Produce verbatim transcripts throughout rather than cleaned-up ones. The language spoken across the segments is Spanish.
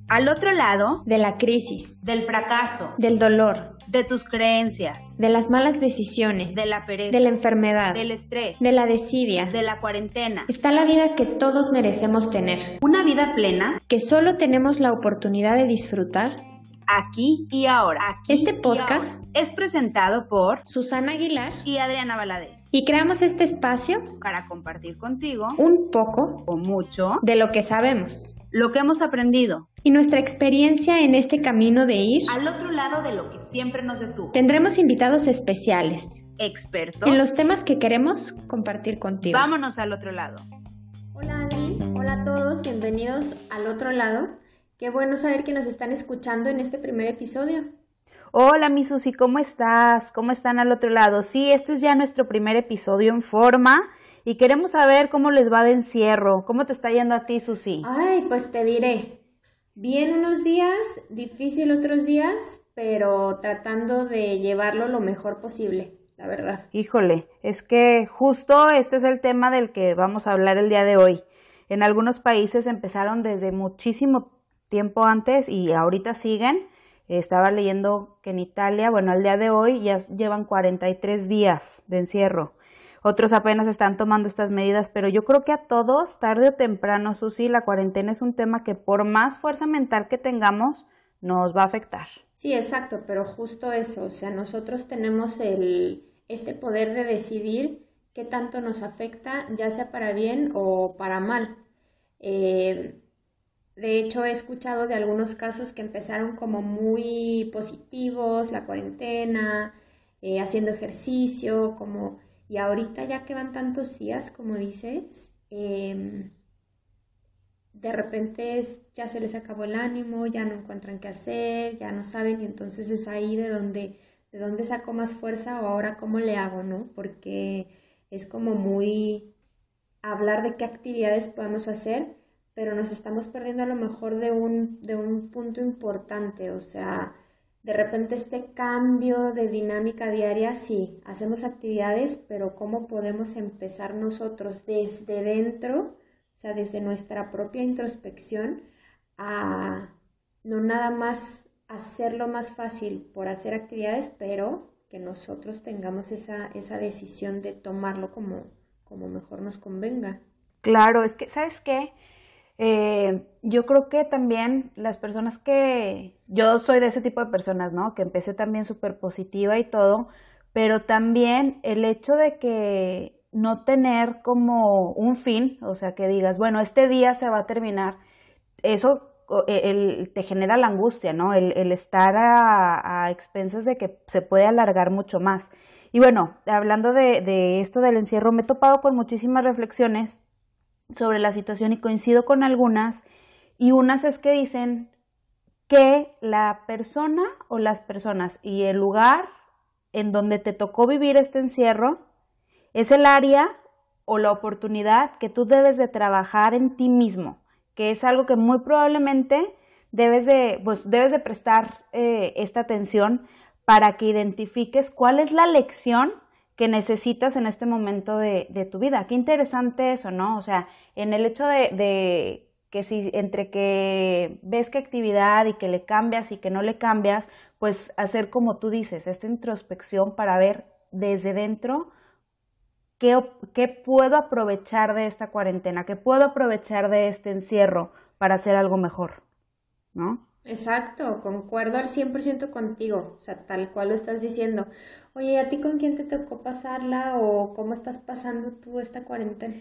Al otro lado de la crisis, del fracaso, del dolor, de tus creencias, de las malas decisiones, de la pereza, de la enfermedad, del estrés, de la desidia, de la cuarentena, está la vida que todos merecemos tener. Una vida plena que solo tenemos la oportunidad de disfrutar aquí y ahora. Aquí este podcast ahora. Es presentado por Susana Aguilar y Adriana Valadez. Y creamos este espacio para compartir contigo un poco o mucho de lo que sabemos, lo que hemos aprendido y nuestra experiencia en este camino de ir al otro lado de lo que siempre nos detuvo. Tendremos invitados especiales, expertos en los temas que queremos compartir contigo. Vámonos al otro lado. Hola Adri, hola a todos, bienvenidos al otro lado. Qué bueno saber que nos están escuchando en este primer episodio. Hola mi Susi, ¿cómo estás? ¿Cómo están al otro lado? Sí, este es ya nuestro primer episodio en forma y queremos saber cómo les va de encierro. ¿Cómo te está yendo a ti, Susi? Ay, pues te diré. Bien unos días, difícil otros días, pero tratando de llevarlo lo mejor posible, la verdad. Híjole, es que justo este es el tema del que vamos a hablar el día de hoy. En algunos países empezaron desde muchísimo tiempo antes y ahorita siguen. Estaba leyendo que en Italia, bueno, al día de hoy ya llevan cuarenta y tres días de encierro. Otros apenas están tomando estas medidas, pero yo creo que a todos, tarde o temprano, Susi, la cuarentena es un tema que por más fuerza mental que tengamos, nos va a afectar. Sí, exacto, pero justo eso, o sea, nosotros tenemos el, este poder de decidir qué tanto nos afecta, ya sea para bien o para mal. Eh, De hecho, he escuchado de algunos casos que empezaron como muy positivos, la cuarentena, eh, haciendo ejercicio, como, y ahorita ya que van tantos días, como dices, eh, de repente es, ya se les acabó el ánimo, ya no encuentran qué hacer, ya no saben, y entonces es ahí de donde, de donde saco más fuerza o ahora cómo le hago, ¿no? Porque es como muy hablar de qué actividades podemos hacer, pero nos estamos perdiendo a lo mejor de un, de un punto importante, o sea, de repente este cambio de dinámica diaria, sí, hacemos actividades, pero ¿cómo podemos empezar nosotros desde dentro, o sea, desde nuestra propia introspección, a no nada más hacerlo más fácil por hacer actividades, pero que nosotros tengamos esa, esa decisión de tomarlo como, como mejor nos convenga? Claro, es que, ¿sabes qué? Eh, yo creo que también las personas que, yo soy de ese tipo de personas, ¿no? Que empecé también súper positiva y todo, pero también el hecho de que no tener como un fin, o sea, que digas, bueno, este día se va a terminar, eso el, te genera la angustia, ¿no? El, el estar a, a expensas de que se puede alargar mucho más. Y bueno, hablando de, de esto del encierro, me he topado con muchísimas reflexiones sobre la situación y coincido con algunas, y unas es que dicen que la persona o las personas y el lugar en donde te tocó vivir este encierro es el área o la oportunidad que tú debes de trabajar en ti mismo, que es algo que muy probablemente debes de, pues, debes de prestar eh, esta atención para que identifiques cuál es la lección que necesitas en este momento de, de tu vida. Qué interesante eso, ¿no? O sea, en el hecho de, de que si entre que ves qué actividad y que le cambias y que no le cambias, pues hacer como tú dices, esta introspección para ver desde dentro qué, qué puedo aprovechar de esta cuarentena, qué puedo aprovechar de este encierro para hacer algo mejor, ¿no? Exacto, concuerdo al cien por ciento contigo, o sea, tal cual lo estás diciendo. Oye, ¿a ti con quién te tocó pasarla o cómo estás pasando tú esta cuarentena?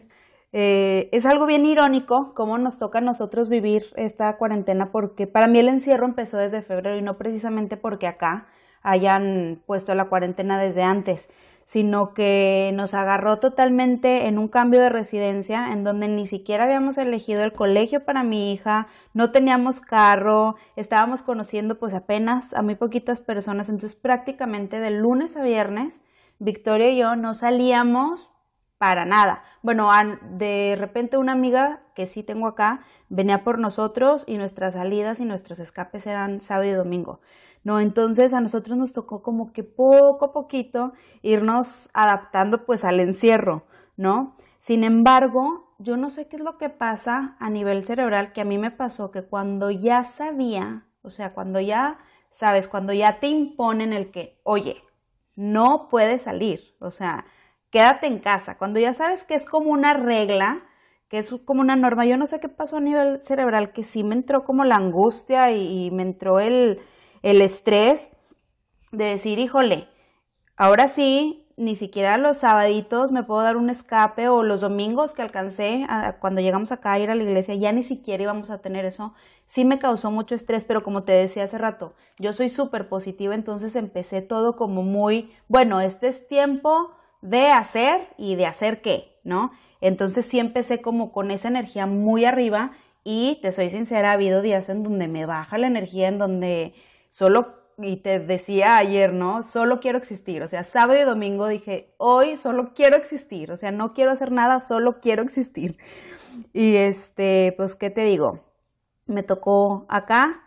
Eh, es algo bien irónico cómo nos toca a nosotros vivir esta cuarentena, porque para mí el encierro empezó desde febrero y no precisamente porque acá hayan puesto la cuarentena desde antes, sino que nos agarró totalmente en un cambio de residencia en donde ni siquiera habíamos elegido el colegio para mi hija, no teníamos carro, estábamos conociendo pues apenas a muy poquitas personas, entonces prácticamente de lunes a viernes Victoria y yo no salíamos para nada. Bueno, de repente una amiga que sí tengo acá venía por nosotros y nuestras salidas y nuestros escapes eran sábado y domingo. No, entonces a nosotros nos tocó como que poco a poquito irnos adaptando pues al encierro, ¿no? Sin embargo, yo no sé qué es lo que pasa a nivel cerebral, que a mí me pasó que cuando ya sabía, o sea, cuando ya sabes, cuando ya te imponen el que, oye, no puedes salir, o sea, quédate en casa, cuando ya sabes que es como una regla, que es como una norma, yo no sé qué pasó a nivel cerebral, que sí me entró como la angustia y, y me entró el, el estrés de decir, híjole, ahora sí, ni siquiera los sabaditos me puedo dar un escape, o los domingos que alcancé a, cuando llegamos acá a ir a la iglesia, ya ni siquiera íbamos a tener eso. Sí me causó mucho estrés, pero como te decía hace rato, yo soy súper positiva, entonces empecé todo como muy, bueno, este es tiempo de hacer y de hacer qué, ¿no? Entonces sí empecé como con esa energía muy arriba y te soy sincera, ha habido días en donde me baja la energía, en donde solo, y te decía ayer, ¿no? Solo quiero existir, o sea, sábado y domingo dije, hoy solo quiero existir, o sea, no quiero hacer nada, solo quiero existir. Y este, pues, ¿qué te digo? Me tocó acá,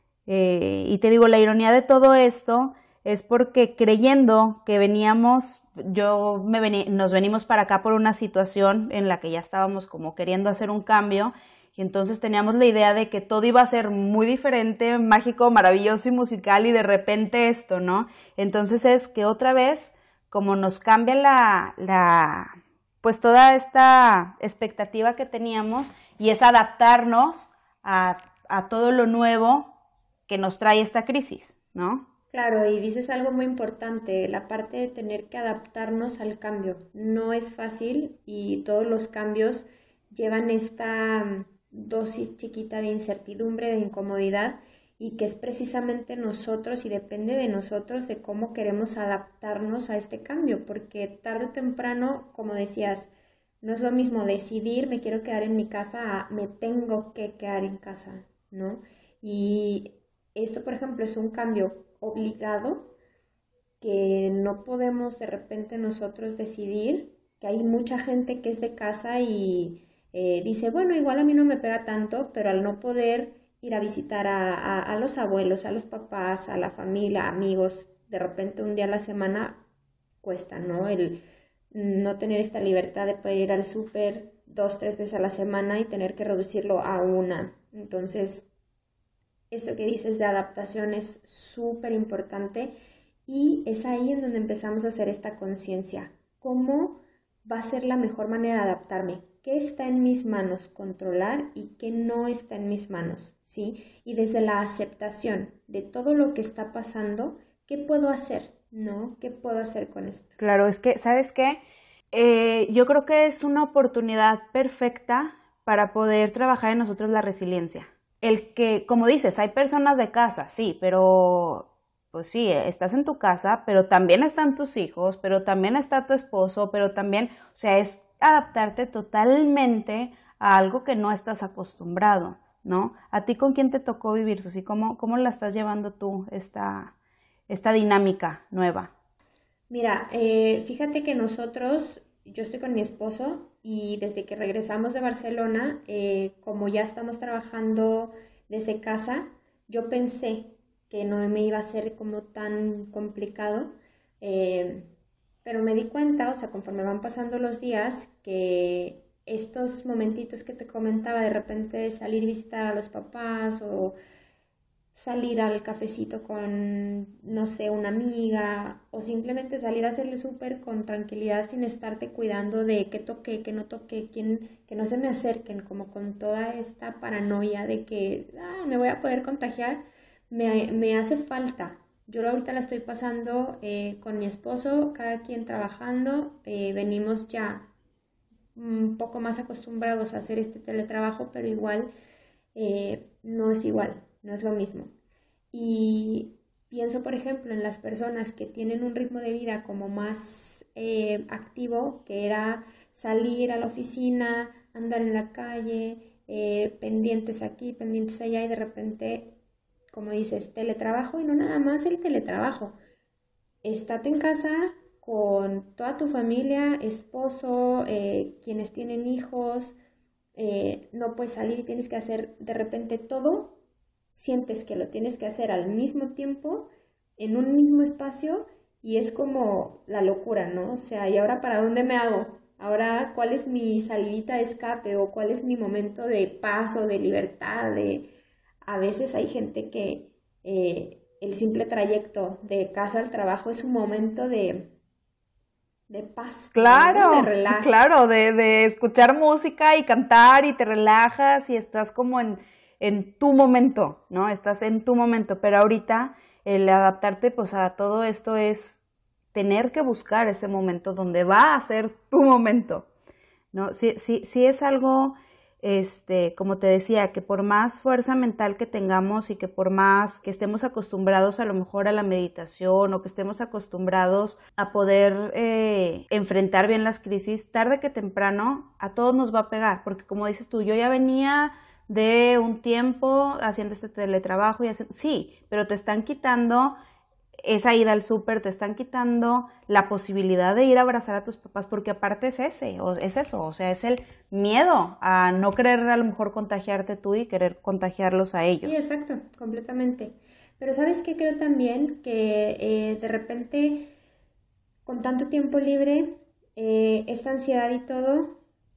eh, y te digo, la ironía de todo esto es porque creyendo que veníamos, yo me vení, nos venimos para acá por una situación en la que ya estábamos como queriendo hacer un cambio, y entonces teníamos la idea de que todo iba a ser muy diferente, mágico, maravilloso y musical, y de repente esto, ¿no? Entonces es que otra vez, como nos cambia la, la pues toda esta expectativa que teníamos, y es adaptarnos a, a todo lo nuevo que nos trae esta crisis, ¿no? Claro, y dices algo muy importante, la parte de tener que adaptarnos al cambio. No es fácil y todos los cambios llevan esta mm, dosis chiquita de incertidumbre, de incomodidad, y que es precisamente nosotros y depende de nosotros de cómo queremos adaptarnos a este cambio, porque tarde o temprano, como decías, no es lo mismo decidir me quiero quedar en mi casa a me tengo que quedar en casa, ¿no? Y esto, por ejemplo, es un cambio obligado que no podemos de repente nosotros decidir, que hay mucha gente que es de casa y eh, dice, bueno, igual a mí no me pega tanto, pero al no poder ir a visitar a, a, a los abuelos, a los papás, a la familia, amigos, de repente un día a la semana cuesta, ¿no? El no tener esta libertad de poder ir al súper dos, tres veces a la semana y tener que reducirlo a una. Entonces, esto que dices de adaptación es súper importante y es ahí en donde empezamos a hacer esta conciencia. ¿Cómo va a ser la mejor manera de adaptarme? ¿Qué está en mis manos controlar y qué no está en mis manos? ¿Sí? Y desde la aceptación de todo lo que está pasando, ¿qué puedo hacer? ¿No? ¿Qué puedo hacer con esto? Claro, es que, ¿sabes qué? Eh, yo creo que es una oportunidad perfecta para poder trabajar en nosotros la resiliencia. El que, como dices, hay personas de casa, sí, pero pues sí, estás en tu casa, pero también están tus hijos, pero también está tu esposo, pero también, o sea, es adaptarte totalmente a algo que no estás acostumbrado, ¿no? ¿A ti con quién te tocó vivir, Susi? ¿Cómo, cómo la estás llevando tú esta, esta dinámica nueva? Mira, eh, fíjate que nosotros, yo estoy con mi esposo y desde que regresamos de Barcelona, eh, como ya estamos trabajando desde casa, yo pensé que no me iba a ser como tan complicado, eh, pero me di cuenta, o sea, conforme van pasando los días, que estos momentitos que te comentaba, de repente salir a visitar a los papás o salir al cafecito con, no sé, una amiga o simplemente salir a hacerle súper con tranquilidad sin estarte cuidando de qué toqué, qué no toqué, quién, que no se me acerquen, como con toda esta paranoia de que ah, me voy a poder contagiar, me, me hace falta. Yo ahorita la estoy pasando eh, con mi esposo, cada quien trabajando, eh, venimos ya un poco más acostumbrados a hacer este teletrabajo, pero igual eh, no es igual, no es lo mismo. Y pienso, por ejemplo, en las personas que tienen un ritmo de vida como más eh, activo, que era salir a la oficina, andar en la calle, eh, pendientes aquí, pendientes allá, y de repente, como dices, teletrabajo y no nada más el teletrabajo. Estate en casa con toda tu familia, esposo, eh, quienes tienen hijos, eh, no puedes salir, tienes que hacer de repente todo, sientes que lo tienes que hacer al mismo tiempo, en un mismo espacio, y es como la locura, ¿no? O sea, ¿y ahora para dónde me hago? Ahora, ¿cuál es mi salidita de escape o cuál es mi momento de paz o de libertad? De... A veces hay gente que eh, el simple trayecto de casa al trabajo es un momento de, de paz, Claro, ¿no? De relax. claro, de, de escuchar música y cantar y te relajas y estás como en, en tu momento, ¿no? Estás en tu momento, pero ahorita el adaptarte pues a todo esto es tener que buscar ese momento donde va a ser tu momento, ¿no? Sí, sí, sí es algo, este, como te decía, que por más fuerza mental que tengamos y que por más que estemos acostumbrados a lo mejor a la meditación o que estemos acostumbrados a poder eh, enfrentar bien las crisis, tarde que temprano a todos nos va a pegar, porque como dices tú, yo ya venía de un tiempo haciendo este teletrabajo y haciendo, sí, pero te están quitando esa ida al súper, te están quitando la posibilidad de ir a abrazar a tus papás, porque aparte es ese, o es eso, o sea, es el miedo a no querer a lo mejor contagiarte tú y querer contagiarlos a ellos. Sí, exacto, completamente. Pero ¿sabes qué? Creo también que eh, de repente, con tanto tiempo libre, eh, esta ansiedad y todo,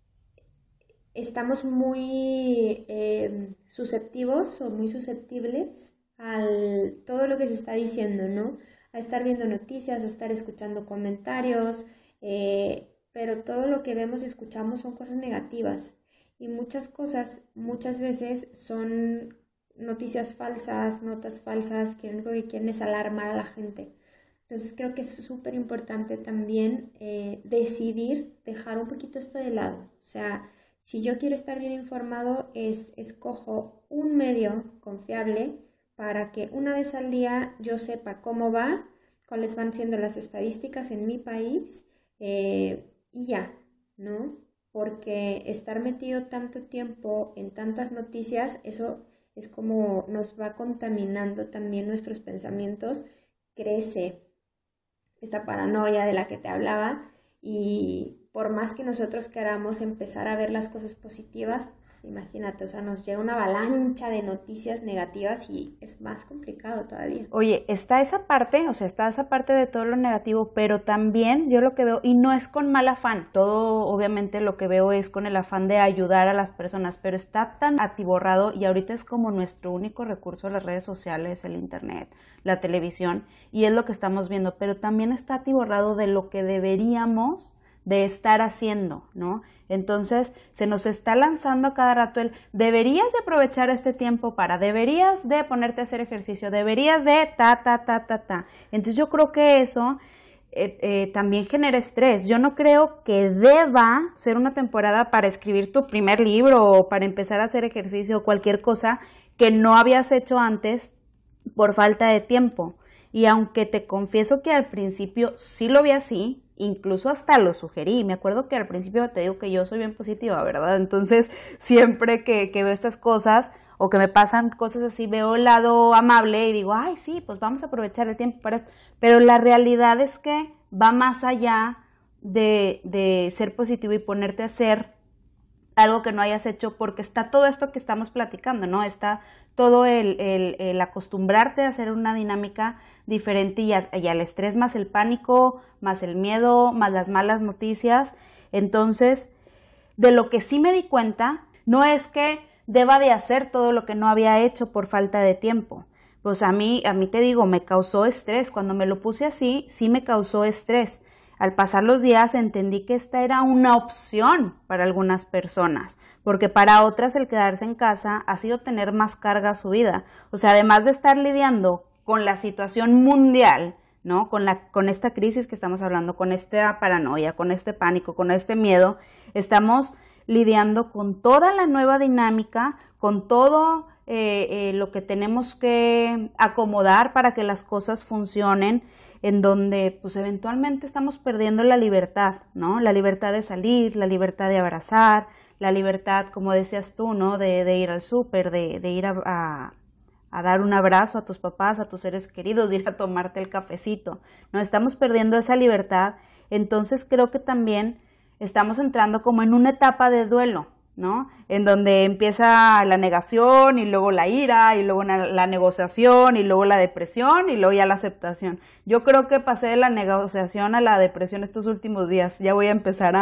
estamos muy eh, susceptivos o muy susceptibles al todo lo que se está diciendo, ¿no? A estar viendo noticias, a estar escuchando comentarios, eh, pero todo lo que vemos y escuchamos son cosas negativas y muchas cosas, muchas veces son noticias falsas, notas falsas, que lo único que quieren es alarmar a la gente. Entonces creo que es súper importante también eh, decidir dejar un poquito esto de lado. O sea, si yo quiero estar bien informado, es escojo un medio confiable para que una vez al día yo sepa cómo va, cuáles van siendo las estadísticas en mi país eh, y ya, ¿no? Porque estar metido tanto tiempo en tantas noticias, eso es como nos va contaminando también nuestros pensamientos, crece esta paranoia de la que te hablaba y por más que nosotros queramos empezar a ver las cosas positivas, imagínate, o sea, nos llega una avalancha de noticias negativas y es más complicado todavía. Oye, está esa parte, o sea, está esa parte de todo lo negativo, pero también yo lo que veo, y no es con mal afán, todo obviamente lo que veo es con el afán de ayudar a las personas, pero está tan atiborrado y ahorita es como nuestro único recurso las redes sociales, el internet, la televisión, y es lo que estamos viendo, pero también está atiborrado de lo que deberíamos de estar haciendo, ¿no? Entonces se nos está lanzando cada rato el deberías de aprovechar este tiempo para, deberías de ponerte a hacer ejercicio, deberías de ta, ta, ta, ta, ta. Entonces yo creo que eso eh, eh, también genera estrés. Yo no creo que deba ser una temporada para escribir tu primer libro o para empezar a hacer ejercicio o cualquier cosa que no habías hecho antes por falta de tiempo. Y aunque te confieso que al principio sí lo vi así, incluso hasta lo sugerí. Me acuerdo que al principio te digo que yo soy bien positiva, ¿verdad? Entonces, siempre que, que veo estas cosas o que me pasan cosas así, veo el lado amable y digo, ay, sí, pues vamos a aprovechar el tiempo para esto. Pero la realidad es que va más allá de, de ser positivo y ponerte a hacer algo que no hayas hecho, porque está todo esto que estamos platicando, ¿no? Está todo el, el, el acostumbrarte a hacer una dinámica diferente y, a, y al estrés más el pánico, más el miedo, más las malas noticias. Entonces, de lo que sí me di cuenta, no es que deba de hacer todo lo que no había hecho por falta de tiempo. Pues a mí, a mí te digo, me causó estrés. Cuando me lo puse así, sí me causó estrés. Al pasar los días entendí que esta era una opción para algunas personas, porque para otras el quedarse en casa ha sido tener más carga a su vida. O sea, además de estar lidiando con la situación mundial, ¿no? Con la, con esta crisis que estamos hablando, con esta paranoia, con este pánico, con este miedo, estamos lidiando con toda la nueva dinámica, con todo eh, eh, lo que tenemos que acomodar para que las cosas funcionen, en donde pues eventualmente estamos perdiendo la libertad, ¿no? La libertad de salir, la libertad de abrazar, la libertad, como decías tú, ¿no? De, de ir al súper, de, de ir a, a, a dar un abrazo a tus papás, a tus seres queridos, de ir a tomarte el cafecito, ¿no? Estamos perdiendo esa libertad, entonces creo que también estamos entrando como en una etapa de duelo, ¿no? En donde empieza la negación y luego la ira y luego la negociación y luego la depresión y luego ya la aceptación. Yo creo que pasé de la negociación a la depresión estos últimos días. Ya voy a empezar a,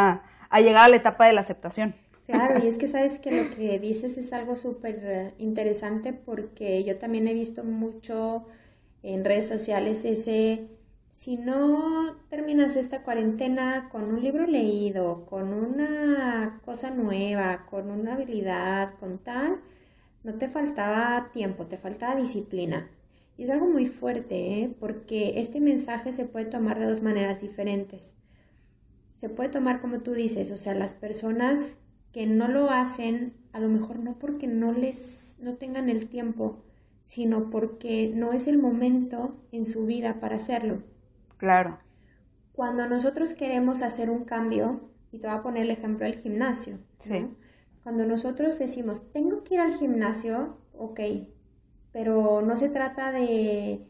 a llegar a la etapa de la aceptación. Claro, y es que sabes que lo que dices es algo súper eh, interesante porque yo también he visto mucho en redes sociales ese, si no terminas esta cuarentena con un libro leído, con una cosa nueva, con una habilidad, con tal, no te faltaba tiempo, te faltaba disciplina. Y es algo muy fuerte, ¿eh? Porque este mensaje se puede tomar de dos maneras diferentes. Se puede tomar como tú dices, o sea, las personas que no lo hacen, a lo mejor no porque no les, no tengan el tiempo, sino porque no es el momento en su vida para hacerlo. Claro. Cuando nosotros queremos hacer un cambio, y te voy a poner el ejemplo del gimnasio, Sí. ¿no? Cuando nosotros decimos, tengo que ir al gimnasio, ok, pero no se trata de,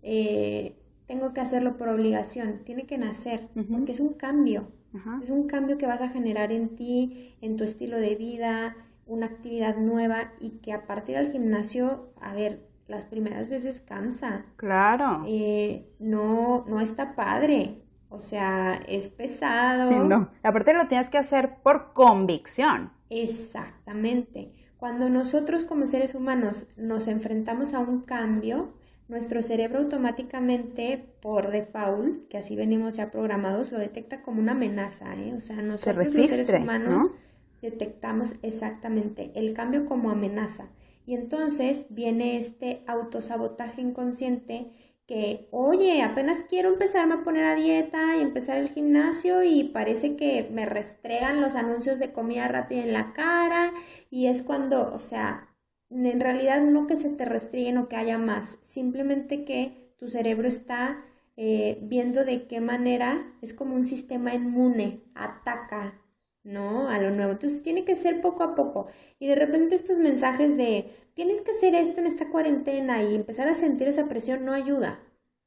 eh, tengo que hacerlo por obligación, tiene que nacer, Ujú. porque es un cambio, Ajá. es un cambio que vas a generar en ti, en tu estilo de vida, una actividad nueva y que a partir del gimnasio, a ver, las primeras veces cansa, Claro. eh, no, no está padre, o sea, es pesado. No, aparte lo tienes que hacer por convicción. Exactamente. Cuando nosotros como seres humanos nos enfrentamos a un cambio, nuestro cerebro automáticamente, por default, que así venimos ya programados, lo detecta como una amenaza, ¿eh? O sea, nosotros los seres resiste, humanos ¿no? detectamos exactamente el cambio como amenaza. Y entonces viene este autosabotaje inconsciente que, oye, apenas quiero empezarme a poner a dieta y empezar el gimnasio y parece que me restregan los anuncios de comida rápida en la cara y es cuando, o sea, en realidad no que se te restringen o que haya más, simplemente que tu cerebro está eh, viendo de qué manera es como un sistema inmune, ataca, ¿no? A lo nuevo. Entonces tiene que ser poco a poco. Y de repente estos mensajes de tienes que hacer esto en esta cuarentena y empezar a sentir esa presión no ayuda.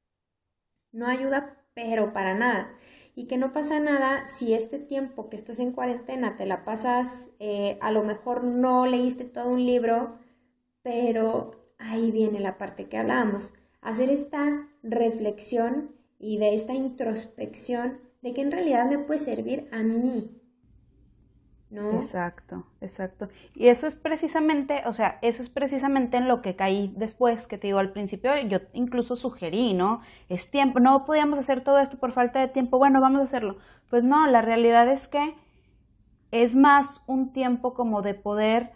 No ayuda, pero para nada. Y que no pasa nada si este tiempo que estás en cuarentena te la pasas, eh, a lo mejor no leíste todo un libro, pero ahí viene la parte que hablábamos. Hacer esta reflexión y de esta introspección de que en realidad me puede servir a mí, ¿no? Exacto, exacto. Y eso es precisamente, o sea, eso es precisamente en lo que caí después, que te digo, al principio yo incluso sugerí, ¿no? Es tiempo, no podíamos hacer todo esto por falta de tiempo, bueno, vamos a hacerlo. Pues no, la realidad es que es más un tiempo como de poder,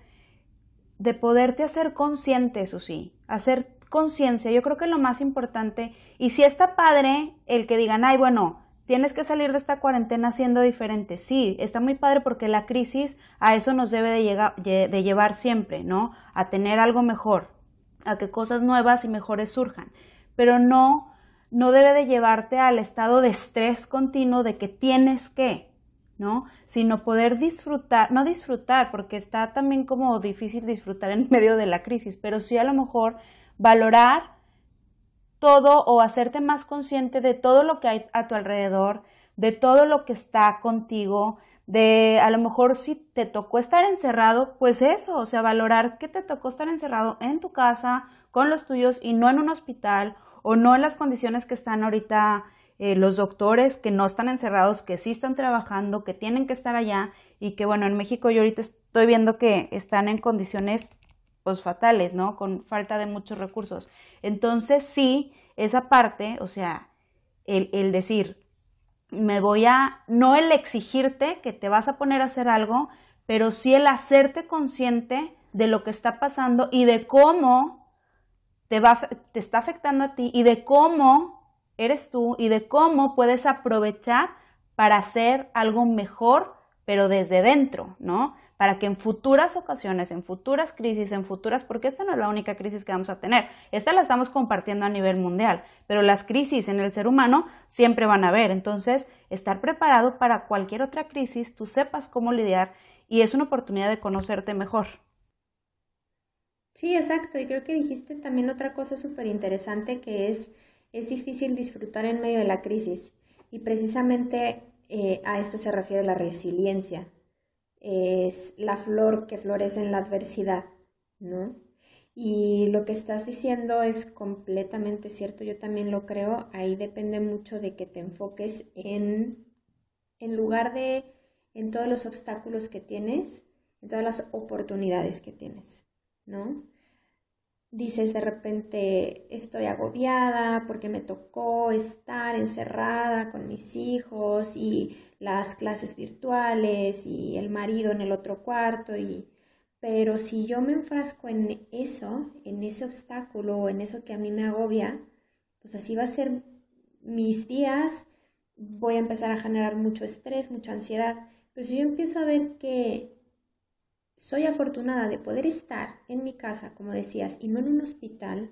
de poderte hacer consciente, eso sí, hacer conciencia. Yo creo que lo más importante, y si está padre el que digan, ay, bueno, tienes que salir de esta cuarentena siendo diferente. Sí, está muy padre porque la crisis a eso nos debe de, llegar, de llevar siempre, ¿no? A tener algo mejor, a que cosas nuevas y mejores surjan. Pero no, no debe de llevarte al estado de estrés continuo de que tienes que, ¿no? Sino poder disfrutar, no disfrutar, porque está también como difícil disfrutar en medio de la crisis, pero sí a lo mejor valorar todo o hacerte más consciente de todo lo que hay a tu alrededor, de todo lo que está contigo, de a lo mejor si te tocó estar encerrado, pues eso, o sea, valorar que te tocó estar encerrado en tu casa, con los tuyos y no en un hospital o no en las condiciones que están ahorita eh, los doctores, que no están encerrados, que sí están trabajando, que tienen que estar allá y que bueno, en México yo ahorita estoy viendo que están en condiciones pues fatales, ¿no? Con falta de muchos recursos. Entonces sí, esa parte, o sea, el, el decir, me voy a, no el exigirte que te vas a poner a hacer algo, pero sí el hacerte consciente de lo que está pasando y de cómo te, va, te está afectando a ti y de cómo eres tú y de cómo puedes aprovechar para hacer algo mejor, pero desde dentro, ¿no? Para que en futuras ocasiones, en futuras crisis, en futuras, porque esta no es la única crisis que vamos a tener, esta la estamos compartiendo a nivel mundial, pero las crisis en el ser humano siempre van a haber, entonces estar preparado para cualquier otra crisis, tú sepas cómo lidiar y es una oportunidad de conocerte mejor. Sí, exacto. Y creo que dijiste también otra cosa súper interesante que es, es difícil disfrutar en medio de la crisis. Y precisamente eh, a esto se refiere la resiliencia. Es la flor que florece en la adversidad, ¿no? Y lo que estás diciendo es completamente cierto, yo también lo creo, ahí depende mucho de que te enfoques en, en lugar de en todos los obstáculos que tienes, en todas las oportunidades que tienes, ¿no? Dices de repente, estoy agobiada porque me tocó estar encerrada con mis hijos y las clases virtuales y el marido en el otro cuarto, y... pero si yo me enfrasco en eso, en ese obstáculo, en eso que a mí me agobia, pues así va a ser mis días, voy a empezar a generar mucho estrés, mucha ansiedad. Pero si yo empiezo a ver que soy afortunada de poder estar en mi casa, como decías, y no en un hospital,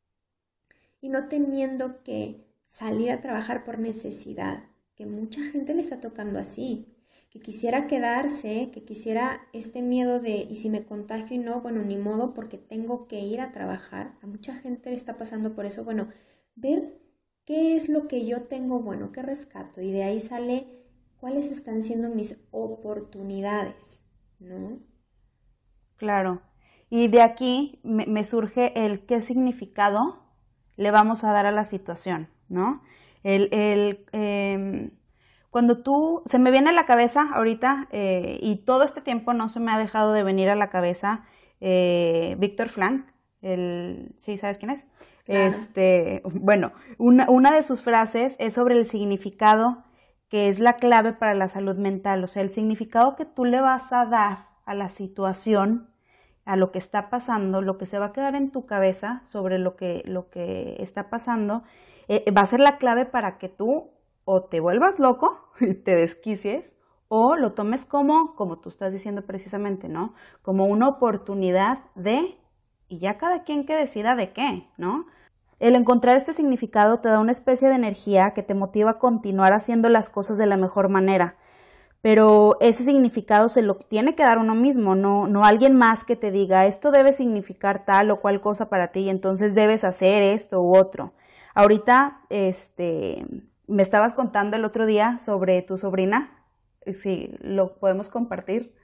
y no teniendo que salir a trabajar por necesidad, que mucha gente le está tocando así, que quisiera quedarse, que quisiera este miedo de, y si me contagio y no, bueno, ni modo porque tengo que ir a trabajar. A mucha gente le está pasando por eso. Bueno, ver qué es lo que yo tengo bueno, qué rescato, y de ahí sale cuáles están siendo mis oportunidades, ¿no? Claro. Y de aquí me, me surge el qué significado le vamos a dar a la situación, ¿no? El, el, eh, cuando tú, se me viene a la cabeza ahorita, eh, y todo este tiempo no se me ha dejado de venir a la cabeza, eh, Víctor Frank, el, ¿sí sabes quién es? Claro. Este, bueno, una, una de sus frases es sobre el significado que es la clave para la salud mental, o sea, el significado que tú le vas a dar a la situación, a lo que está pasando, lo que se va a quedar en tu cabeza sobre lo que, lo que está pasando, eh, va a ser la clave para que tú o te vuelvas loco y te desquicies, o lo tomes como, como tú estás diciendo precisamente, ¿no? Como una oportunidad de, y ya cada quien que decida de qué, ¿no? El encontrar este significado te da una especie de energía que te motiva a continuar haciendo las cosas de la mejor manera. Pero ese significado se lo tiene que dar uno mismo, no, no alguien más que te diga esto debe significar tal o cual cosa para ti y entonces debes hacer esto u otro. Ahorita, este, me estabas contando el otro día sobre tu sobrina, si lo podemos compartir.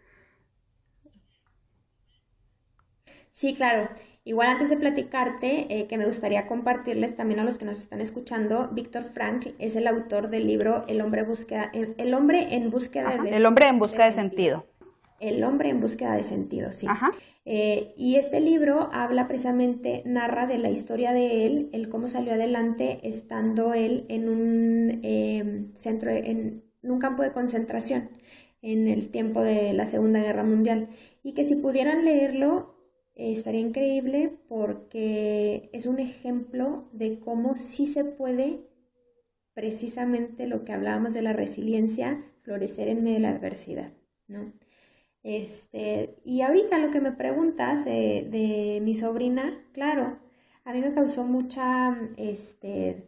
Sí, claro. Igual antes de platicarte, eh, que me gustaría compartirles también a los que nos están escuchando, Víctor Frank es el autor del libro El hombre, búsqueda, el hombre en búsqueda Ajá, de, el hombre en de busca de sentido. sentido. El hombre en búsqueda de sentido, sí. Ajá. Eh, y este libro habla precisamente, narra de la historia de él, el cómo salió adelante estando él en un eh, centro, en, en un campo de concentración en el tiempo de la Segunda Guerra Mundial. Y que si pudieran leerlo, eh, estaría increíble porque es un ejemplo de cómo sí se puede, precisamente lo que hablábamos de la resiliencia, florecer en medio de la adversidad, ¿no? Este, y ahorita lo que me preguntas de, de mi sobrina, claro, a mí me causó mucha, este,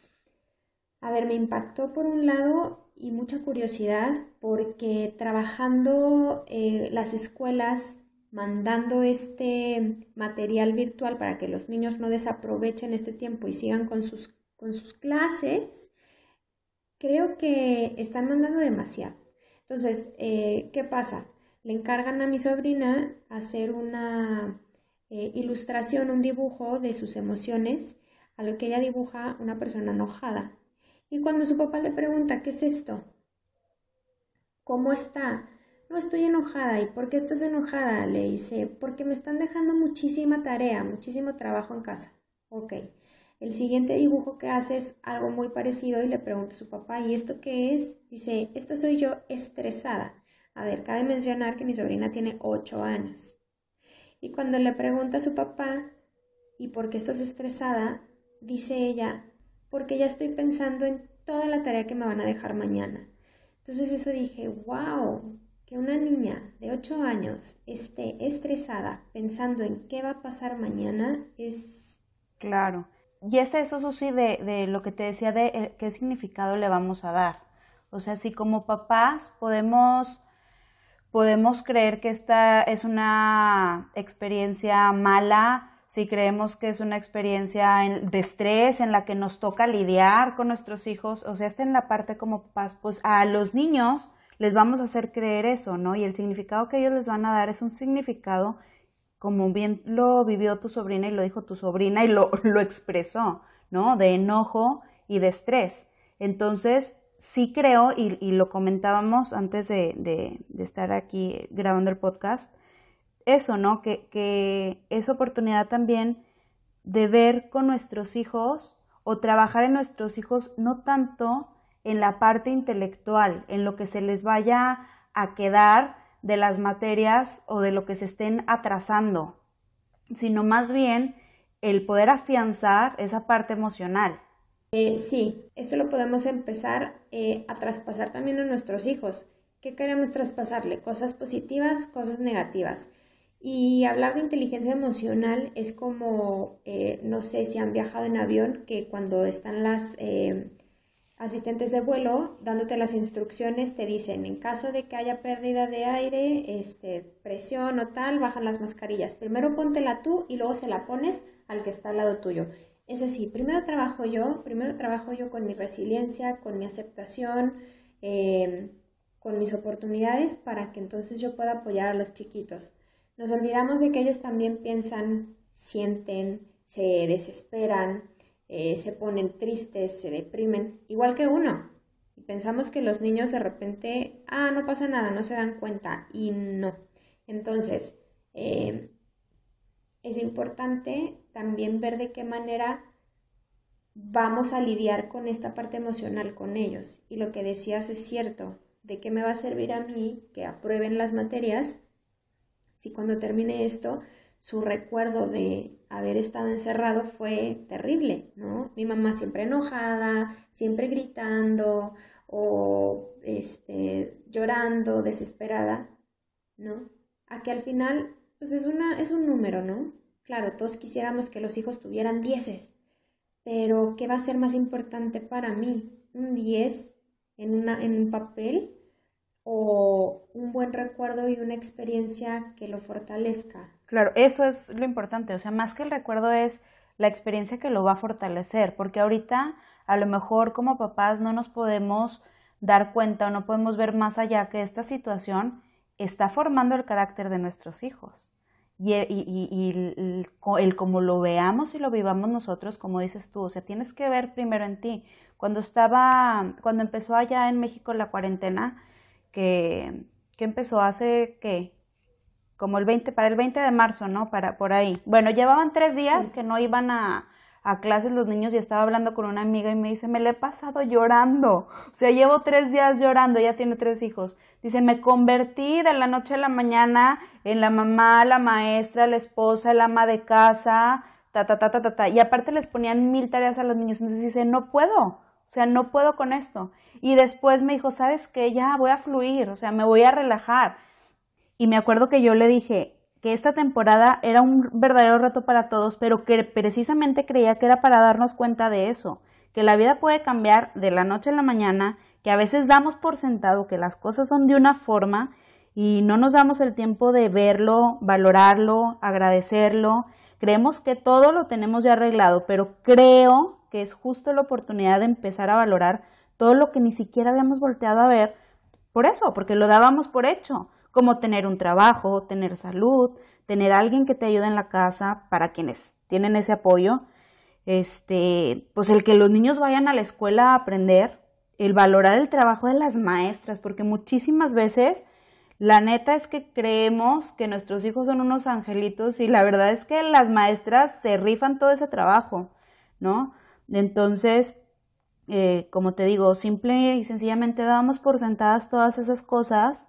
a ver, me impactó por un lado y mucha curiosidad porque trabajando eh, las escuelas, mandando este material virtual para que los niños no desaprovechen este tiempo y sigan con sus, con sus clases, creo que están mandando demasiado. Entonces, eh, ¿qué pasa? Le encargan a mi sobrina hacer una eh, ilustración, un dibujo de sus emociones, a lo que ella dibuja una persona enojada. Y cuando su papá le pregunta, ¿qué es esto? ¿Cómo está? No, estoy enojada. ¿Y por qué estás enojada? Le dice, porque me están dejando muchísima tarea, muchísimo trabajo en casa. Ok. El siguiente dibujo que hace es algo muy parecido y le pregunta a su papá, ¿y esto qué es? Dice, esta soy yo estresada. A ver, cabe mencionar que mi sobrina tiene ocho años. Y cuando le pregunta a su papá, ¿y por qué estás estresada? Dice ella, porque ya estoy pensando en toda la tarea que me van a dejar mañana. Entonces eso dije, wow, que una niña de ocho años esté estresada pensando en qué va a pasar mañana es... Claro. Y es eso, Susi, de, de lo que te decía de eh, qué significado le vamos a dar. O sea, si como papás podemos... Podemos creer que esta es una experiencia mala, si creemos que es una experiencia de estrés en la que nos toca lidiar con nuestros hijos, o sea, esta en la parte como papás, pues a los niños les vamos a hacer creer eso, ¿no? Y el significado que ellos les van a dar es un significado como bien lo vivió tu sobrina y lo dijo tu sobrina y lo, lo expresó, ¿no? De enojo y de estrés. Entonces, sí creo, y, y lo comentábamos antes de, de, de estar aquí grabando el podcast, eso, ¿no? Que, que es oportunidad también de ver con nuestros hijos o trabajar en nuestros hijos no tanto en la parte intelectual, en lo que se les vaya a quedar de las materias o de lo que se estén atrasando, sino más bien el poder afianzar esa parte emocional. Eh, sí, esto lo podemos empezar eh, a traspasar también a nuestros hijos. ¿Qué queremos traspasarle? Cosas positivas, cosas negativas. Y hablar de inteligencia emocional es como, eh, no sé si han viajado en avión, que cuando están las eh, asistentes de vuelo dándote las instrucciones, te dicen, en caso de que haya pérdida de aire, este, presión o tal, bajan las mascarillas. Primero póntela tú y luego se la pones al que está al lado tuyo. Es así, primero trabajo yo, primero trabajo yo con mi resiliencia, con mi aceptación, eh, con mis oportunidades para que entonces yo pueda apoyar a los chiquitos. Nos olvidamos de que ellos también piensan, sienten, se desesperan, eh, se ponen tristes, se deprimen, igual que uno. Y pensamos que los niños de repente, ah, no pasa nada, no se dan cuenta, y no. Entonces, eh, es importante también ver de qué manera vamos a lidiar con esta parte emocional con ellos. Y lo que decías es cierto, ¿de qué me va a servir a mí que aprueben las materias si cuando termine esto su recuerdo de haber estado encerrado fue terrible, ¿no? Mi mamá siempre enojada, siempre gritando o este, llorando, desesperada, ¿no? A que al final, pues es, una, es un número, ¿no? Claro, todos quisiéramos que los hijos tuvieran dieces, pero ¿qué va a ser más importante para mí? ¿Un diez en, una, en un papel o un buen recuerdo y una experiencia que lo fortalezca? Claro, eso es lo importante, o sea, más que el recuerdo es la experiencia que lo va a fortalecer, porque ahorita a lo mejor como papás no nos podemos dar cuenta o no podemos ver más allá que esta situación está formando el carácter de nuestros hijos. Y, y, y, y el, el como lo veamos y lo vivamos nosotros, como dices tú, o sea, tienes que ver primero en ti. Cuando estaba, cuando empezó allá en México la cuarentena, que, que empezó hace, ¿qué? Como el veinte, para el veinte de marzo, ¿no? Para, por ahí. Bueno, llevaban tres días Sí. que no iban a, a clases los niños y estaba hablando con una amiga y me dice, me lo he pasado llorando. O sea, llevo tres días llorando, ella tiene tres hijos. Dice, me convertí de la noche a la mañana en la mamá, la maestra, la esposa, el ama de casa, ta, ta, ta, ta, ta, ta. Y aparte les ponían mil tareas a los niños. Entonces dice, no puedo. O sea, no puedo con esto. Y después me dijo, ¿sabes qué? Ya voy a fluir, o sea, me voy a relajar. Y me acuerdo que yo le dije que esta temporada era un verdadero reto para todos, pero que precisamente creía que era para darnos cuenta de eso, que la vida puede cambiar de la noche a la mañana, que a veces damos por sentado que las cosas son de una forma y no nos damos el tiempo de verlo, valorarlo, agradecerlo. Creemos que todo lo tenemos ya arreglado, pero creo que es justo la oportunidad de empezar a valorar todo lo que ni siquiera habíamos volteado a ver por eso, porque lo dábamos por hecho, como tener un trabajo, tener salud, tener a alguien que te ayude en la casa, para quienes tienen ese apoyo, este, pues el que los niños vayan a la escuela a aprender, el valorar el trabajo de las maestras, porque muchísimas veces la neta es que creemos que nuestros hijos son unos angelitos y la verdad es que las maestras se rifan todo ese trabajo, ¿no? Entonces, eh, como te digo, simple y sencillamente dábamos por sentadas todas esas cosas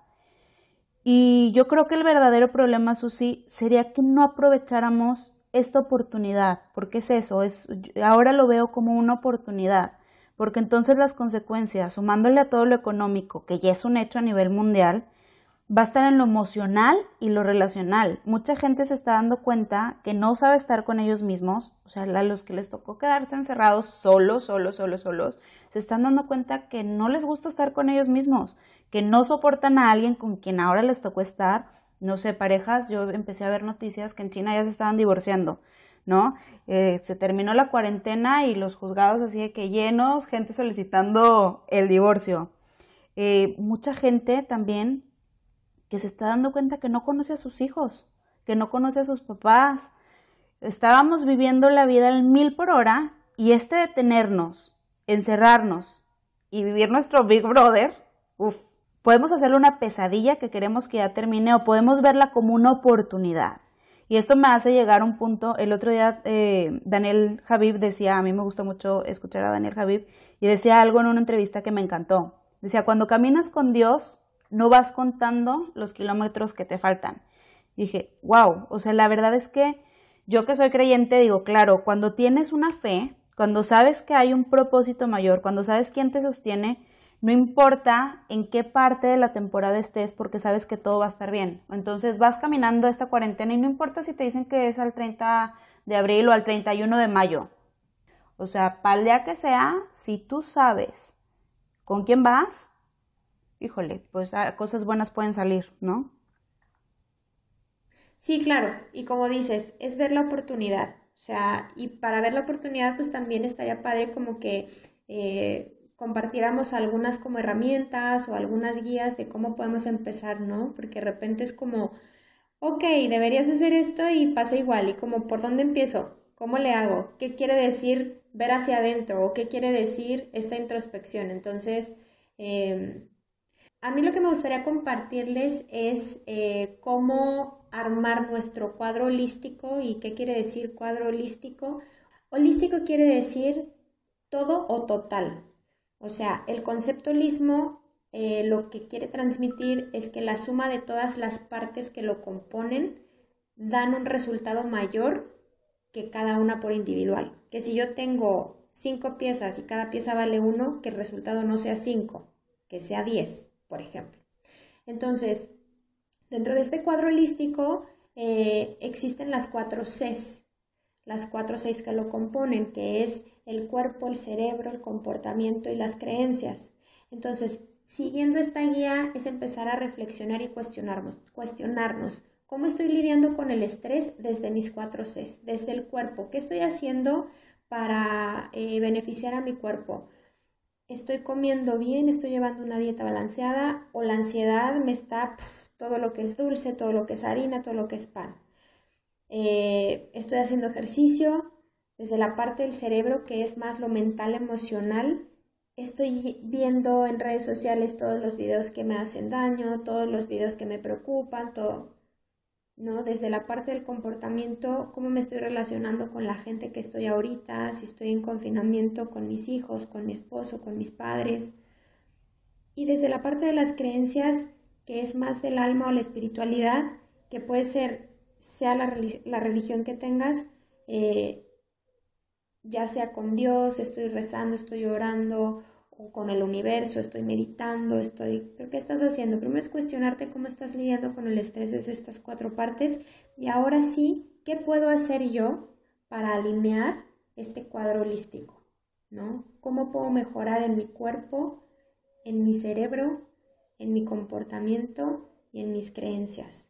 y yo creo que el verdadero problema, Susi, sería que no aprovecháramos esta oportunidad, porque es eso, es, ahora lo veo como una oportunidad, porque entonces las consecuencias, sumándole a todo lo económico, que ya es un hecho a nivel mundial, va a estar en lo emocional y lo relacional. Mucha gente se está dando cuenta que no sabe estar con ellos mismos, o sea, a los que les tocó quedarse encerrados solos, solos, solos, solos, se están dando cuenta que no les gusta estar con ellos mismos, que no soportan a alguien con quien ahora les tocó estar. No sé, parejas, yo empecé a ver noticias que en China ya se estaban divorciando, ¿no? Eh, se terminó la cuarentena y los juzgados así de que llenos, gente solicitando el divorcio. Eh, mucha gente también que se está dando cuenta que no conoce a sus hijos, que no conoce a sus papás. Estábamos viviendo la vida al mil por hora y este detenernos, encerrarnos y vivir nuestro Big Brother, uf, podemos hacerle una pesadilla que queremos que ya termine o podemos verla como una oportunidad. Y esto me hace llegar a un punto, el otro día eh, Daniel Javib decía, a mí me gusta mucho escuchar a Daniel Javib, y decía algo en una entrevista que me encantó. Decía, cuando caminas con Dios, no vas contando los kilómetros que te faltan. Y dije, wow, o sea, la verdad es que yo que soy creyente digo, claro, cuando tienes una fe, cuando sabes que hay un propósito mayor, cuando sabes quién te sostiene, no importa en qué parte de la temporada estés porque sabes que todo va a estar bien. Entonces vas caminando esta cuarentena y no importa si te dicen que es al treinta de abril o al treinta y uno de mayo. O sea, para el día que sea, si tú sabes con quién vas, híjole, pues cosas buenas pueden salir, ¿no? Sí, claro, y como dices, es ver la oportunidad, o sea, y para ver la oportunidad, pues también estaría padre como que eh, compartiéramos algunas como herramientas o algunas guías de cómo podemos empezar, ¿no? Porque de repente es como, ok, deberías hacer esto y pasa igual, y como, ¿por dónde empiezo? ¿Cómo le hago? ¿Qué quiere decir ver hacia adentro? ¿O qué quiere decir esta introspección? Entonces, eh, a mí lo que me gustaría compartirles es eh, cómo armar nuestro cuadro holístico. ¿Y qué quiere decir cuadro holístico? Holístico quiere decir todo o total. O sea, el concepto holismo eh, lo que quiere transmitir es que la suma de todas las partes que lo componen dan un resultado mayor que cada una por individual. Que si yo tengo cinco piezas y cada pieza vale uno, que el resultado no sea cinco, que sea diez, por ejemplo. Entonces, dentro de este cuadro holístico eh, existen las cuatro Cs, las cuatro Cs que lo componen, que es el cuerpo, el cerebro, el comportamiento y las creencias. Entonces, siguiendo esta guía es empezar a reflexionar y cuestionarnos, cuestionarnos cómo estoy lidiando con el estrés desde mis cuatro Cs, desde el cuerpo, qué estoy haciendo para eh, beneficiar a mi cuerpo. ¿Estoy comiendo bien? ¿Estoy llevando una dieta balanceada? ¿O la ansiedad me está pf, todo lo que es dulce, todo lo que es harina, todo lo que es pan? Eh, ¿Estoy haciendo ejercicio? Desde la parte del cerebro que es más lo mental, emocional. Estoy viendo en redes sociales todos los videos que me hacen daño, todos los videos que me preocupan, todo, ¿no? Desde la parte del comportamiento, cómo me estoy relacionando con la gente que estoy ahorita, si estoy en confinamiento con mis hijos, con mi esposo, con mis padres. Y desde la parte de las creencias, que es más del alma o la espiritualidad, que puede ser, sea la, la religión que tengas, eh, ya sea con Dios, estoy rezando, estoy orando, o con el universo, estoy meditando, estoy... ¿Pero qué estás haciendo? Primero es cuestionarte cómo estás lidiando con el estrés desde estas cuatro partes y ahora sí, ¿qué puedo hacer yo para alinear este cuadro holístico? ¿No? ¿Cómo puedo mejorar en mi cuerpo, en mi cerebro, en mi comportamiento y en mis creencias?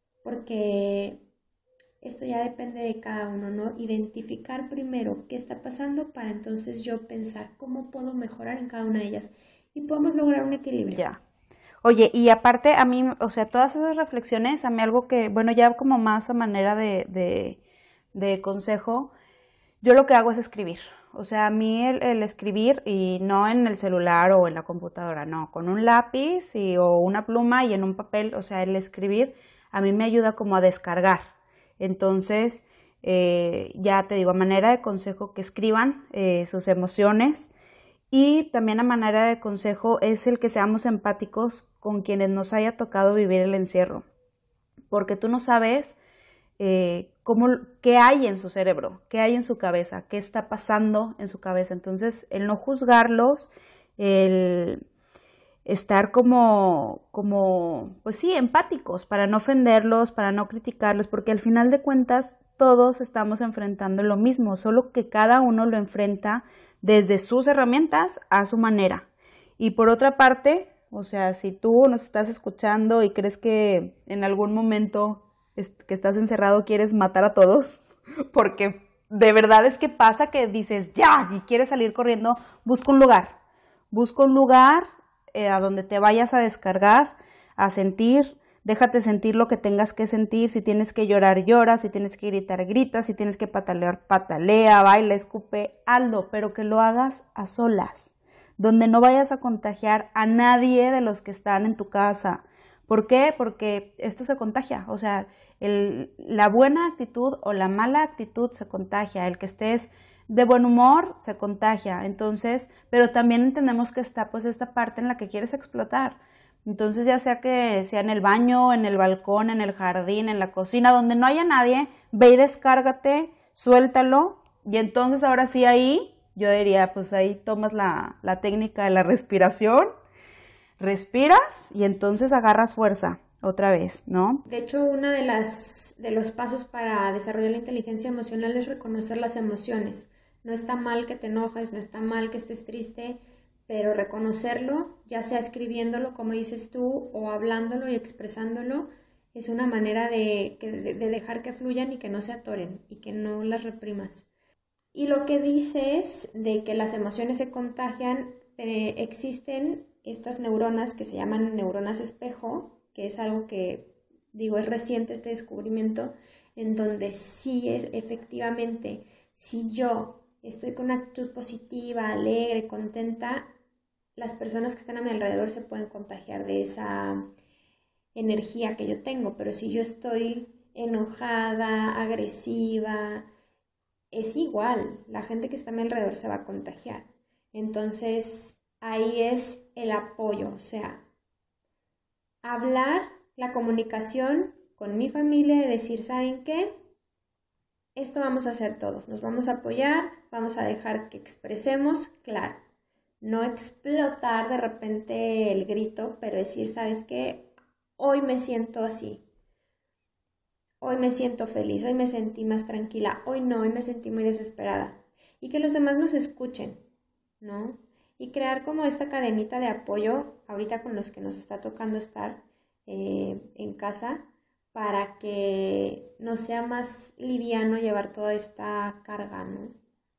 Porque esto ya depende de cada uno, ¿no? Identificar primero qué está pasando para entonces yo pensar cómo puedo mejorar en cada una de ellas y podemos lograr un equilibrio. Ya. Oye, y aparte a mí, o sea, todas esas reflexiones, a mí algo que, bueno, ya como más a manera de, de, de consejo, yo lo que hago es escribir. O sea, a mí el, el escribir y no en el celular o en la computadora, no, con un lápiz y, o una pluma y en un papel, o sea, el escribir a mí me ayuda como a descargar. Entonces, eh, ya te digo, a manera de consejo que escriban eh, sus emociones y también a manera de consejo es el que seamos empáticos con quienes nos haya tocado vivir el encierro, porque tú no sabes eh, cómo, qué hay en su cerebro, qué hay en su cabeza, qué está pasando en su cabeza. Entonces, el no juzgarlos, el estar como, como, pues sí, empáticos, para no ofenderlos, para no criticarlos, porque al final de cuentas todos estamos enfrentando lo mismo, solo que cada uno lo enfrenta desde sus herramientas a su manera. Y por otra parte, o sea, si tú nos estás escuchando y crees que en algún momento que estás encerrado quieres matar a todos, porque de verdad es que pasa que dices ya y quieres salir corriendo, busca un lugar, busca un lugar Eh, a donde te vayas a descargar, a sentir, déjate sentir lo que tengas que sentir, si tienes que llorar, llora, si tienes que gritar, grita, si tienes que patalear, patalea, baila, escupe, hazlo, pero que lo hagas a solas. donde no vayas a contagiar a nadie de los que están en tu casa. ¿Por qué? Porque esto se contagia, o sea, el, la buena actitud o la mala actitud se contagia, el que estés de buen humor se contagia, entonces, pero también entendemos que está pues esta parte en la que quieres explotar, entonces ya sea que sea en el baño, en el balcón, en el jardín, en la cocina, donde no haya nadie, ve y descárgate, suéltalo, y entonces ahora sí ahí, yo diría, pues ahí tomas la, la técnica de la respiración, respiras y entonces agarras fuerza otra vez, ¿no? De hecho, uno de las de los pasos para desarrollar la inteligencia emocional es reconocer las emociones. No está mal que te enojes, no está mal que estés triste, pero reconocerlo, ya sea escribiéndolo, como dices tú, o hablándolo y expresándolo, es una manera de, de, de dejar que fluyan y que no se atoren y que no las reprimas. Y lo que dices de que las emociones se contagian, eh, existen estas neuronas que se llaman neuronas espejo, que es algo que, digo, es reciente este descubrimiento, en donde sí es efectivamente, si yo estoy con una actitud positiva, alegre, contenta, las personas que están a mi alrededor se pueden contagiar de esa energía que yo tengo, pero si yo estoy enojada, agresiva, es igual, la gente que está a mi alrededor se va a contagiar. Entonces, ahí es el apoyo, o sea, hablar, la comunicación con mi familia, de decir, ¿saben qué? Esto vamos a hacer todos, nos vamos a apoyar, vamos a dejar que expresemos, claro, no explotar de repente el grito, pero decir, ¿sabes qué? Hoy me siento así, hoy me siento feliz, hoy me sentí más tranquila, hoy no, hoy me sentí muy desesperada. Y que los demás nos escuchen, ¿no? Y crear como esta cadenita de apoyo, ahorita con los que nos está tocando estar eh, en casa, para que nos sea más liviano llevar toda esta carga, ¿no?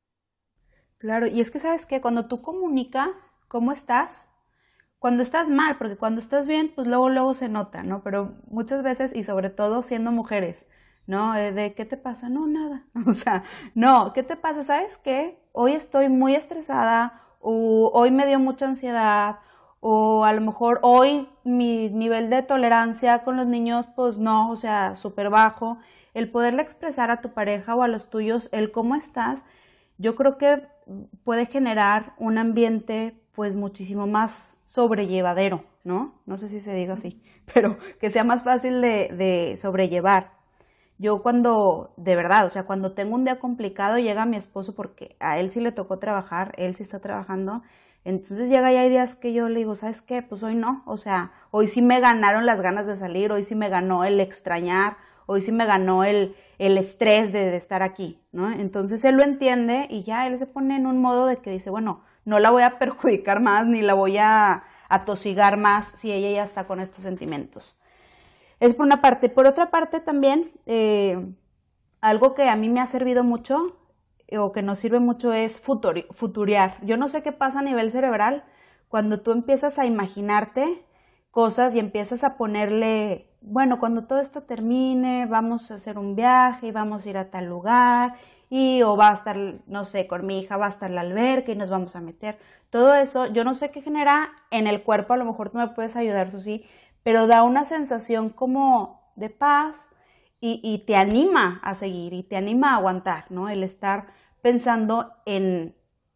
Claro, y es que sabes que cuando tú comunicas cómo estás, cuando estás mal, porque cuando estás bien, pues luego, luego se nota, ¿no? Pero muchas veces, y sobre todo siendo mujeres, ¿no? Eh, De ¿qué te pasa? No, nada. O sea, no, ¿qué te pasa? ¿Sabes qué? Hoy estoy muy estresada, o hoy me dio mucha ansiedad, o a lo mejor hoy mi nivel de tolerancia con los niños, pues no, o sea, súper bajo. El poderle expresar a tu pareja o a los tuyos el cómo estás, yo creo que puede generar un ambiente pues muchísimo más sobrellevadero, ¿no? No sé si se diga así, pero que sea más fácil de, de sobrellevar. Yo cuando, de verdad, o sea, cuando tengo un día complicado llega mi esposo porque a él sí le tocó trabajar, él sí está trabajando, entonces llega y hay días que yo le digo, ¿sabes qué? Pues hoy no, o sea, hoy sí me ganaron las ganas de salir, hoy sí me ganó el extrañar, hoy sí me ganó el, el estrés de, de estar aquí, ¿no? Entonces él lo entiende y ya él se pone en un modo de que dice, bueno, no la voy a perjudicar más ni la voy a atosigar más si ella ya está con estos sentimientos. Es por una parte. Por otra parte también, eh, algo que a mí me ha servido mucho eh, o que nos sirve mucho es futuri- futurear. Yo no sé qué pasa a nivel cerebral cuando tú empiezas a imaginarte cosas y empiezas a ponerle, bueno, cuando todo esto termine, vamos a hacer un viaje y vamos a ir a tal lugar y o va a estar, no sé, con mi hija va a estar la alberca y nos vamos a meter. Todo eso, yo no sé qué genera en el cuerpo, a lo mejor tú me puedes ayudar, Susi, pero da una sensación como de paz y, y te anima a seguir y te anima a aguantar, ¿no? El estar pensando en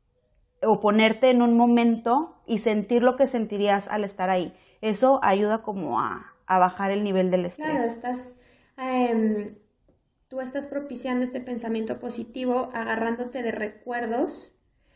o ponerte en un momento y sentir lo que sentirías al estar ahí. Eso ayuda como a, a bajar el nivel del estrés. Claro, estás, em, tú estás propiciando este pensamiento positivo, agarrándote de recuerdos.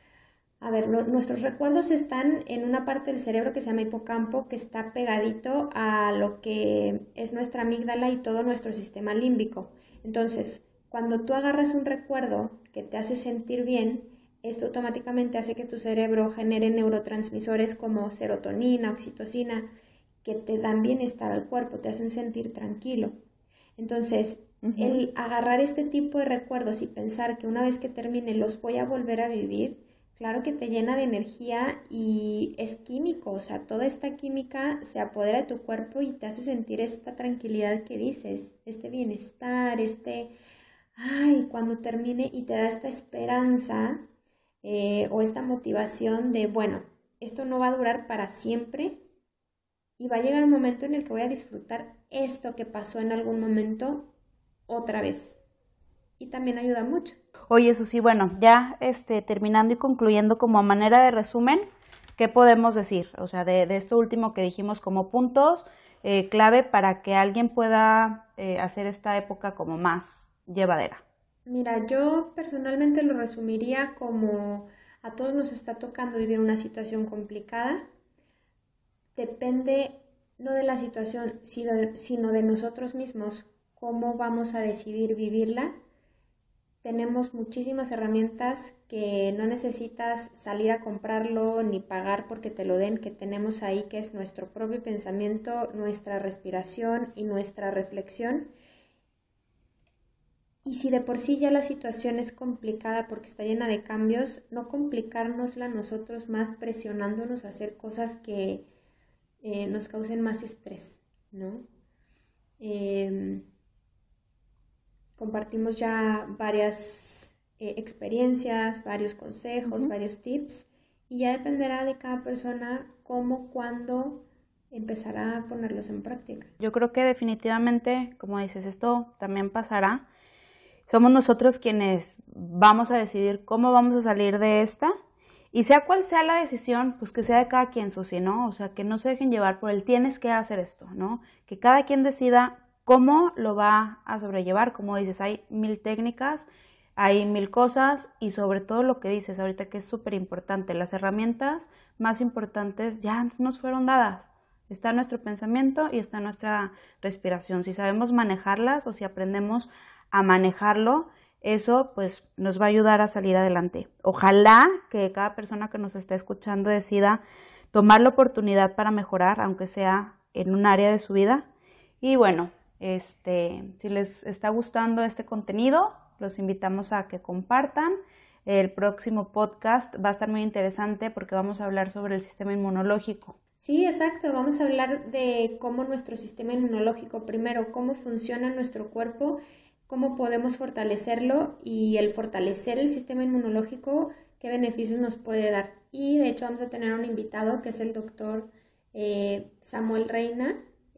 A ver, lo- nuestros recuerdos están en una parte del cerebro que se llama hipocampo, que está pegadito a lo que es nuestra amígdala y todo nuestro sistema límbico. Entonces, cuando tú agarras un recuerdo que te hace sentir bien, esto automáticamente hace que tu cerebro genere neurotransmisores como serotonina, oxitocina, que te dan bienestar al cuerpo, te hacen sentir tranquilo. Entonces, Ujú. el agarrar este tipo de recuerdos y pensar que una vez que termine los voy a volver a vivir, claro que te llena de energía y es químico, o sea, toda esta química se apodera de tu cuerpo y te hace sentir esta tranquilidad que dices, este bienestar, este, ay, cuando termine y te da esta esperanza eh, o esta motivación de, bueno, esto no va a durar para siempre y va a llegar un momento en el que voy a disfrutar esto que pasó en algún momento otra vez. Y también ayuda mucho. Oye, Susi, bueno, ya este, terminando y concluyendo como a manera de resumen, ¿qué podemos decir? O sea, de, de esto último que dijimos como puntos eh, clave para que alguien pueda eh, hacer esta época como más llevadera. Mira, yo personalmente lo resumiría como a todos nos está tocando vivir una situación complicada. Depende no de la situación, sino de nosotros mismos, cómo vamos a decidir vivirla. Tenemos muchísimas herramientas que no necesitas salir a comprarlo ni pagar porque te lo den, que tenemos ahí, que es nuestro propio pensamiento, nuestra respiración y nuestra reflexión. Y si de por sí ya la situación es complicada porque está llena de cambios, no complicárnosla nosotros más presionándonos a hacer cosas que eh, nos causen más estrés, ¿no? Eh, compartimos ya varias eh, experiencias, varios consejos, uh-huh. varios tips, y ya dependerá de cada persona cómo, cuándo empezará a ponerlos en práctica. Yo creo que definitivamente, como dices, esto también pasará. Somos nosotros quienes vamos a decidir cómo vamos a salir de esta, y sea cual sea la decisión, pues que sea de cada quien, Susi, ¿no? O sea, que no se dejen llevar por el tienes que hacer esto, ¿no? Que cada quien decida cómo lo va a sobrellevar. Como dices, hay mil técnicas, hay mil cosas, y sobre todo lo que dices ahorita que es súper importante, las herramientas más importantes ya nos fueron dadas. Está nuestro pensamiento y está nuestra respiración. Si sabemos manejarlas o si aprendemos a manejarlo, eso pues nos va a ayudar a salir adelante. Ojalá que cada persona que nos está escuchando decida tomar la oportunidad para mejorar, aunque sea en un área de su vida. Y bueno, este, si les está gustando este contenido, los invitamos a que compartan. El próximo podcast va a estar muy interesante porque vamos a hablar sobre el sistema inmunológico. Sí, exacto. Vamos a hablar de cómo nuestro sistema inmunológico, primero, cómo funciona nuestro cuerpo, cómo podemos fortalecerlo y el fortalecer el sistema inmunológico, qué beneficios nos puede dar. Y de hecho vamos a tener un invitado que es el doctor eh, Samuel Reina.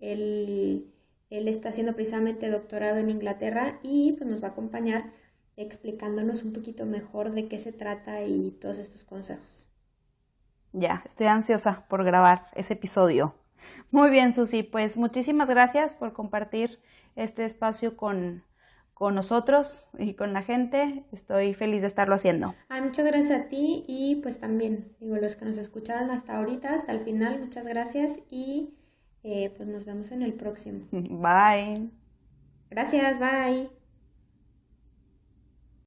Él, él está haciendo precisamente doctorado en Inglaterra y pues nos va a acompañar explicándonos un poquito mejor de qué se trata y todos estos consejos. Ya, estoy ansiosa por grabar ese episodio. Muy bien, Susi, pues muchísimas gracias por compartir este espacio con con nosotros y con la gente. Estoy feliz de estarlo haciendo. Ah, muchas gracias a ti y pues también, digo, los que nos escucharon hasta ahorita, hasta el final, muchas gracias y eh, pues nos vemos en el próximo. Bye. Gracias, bye.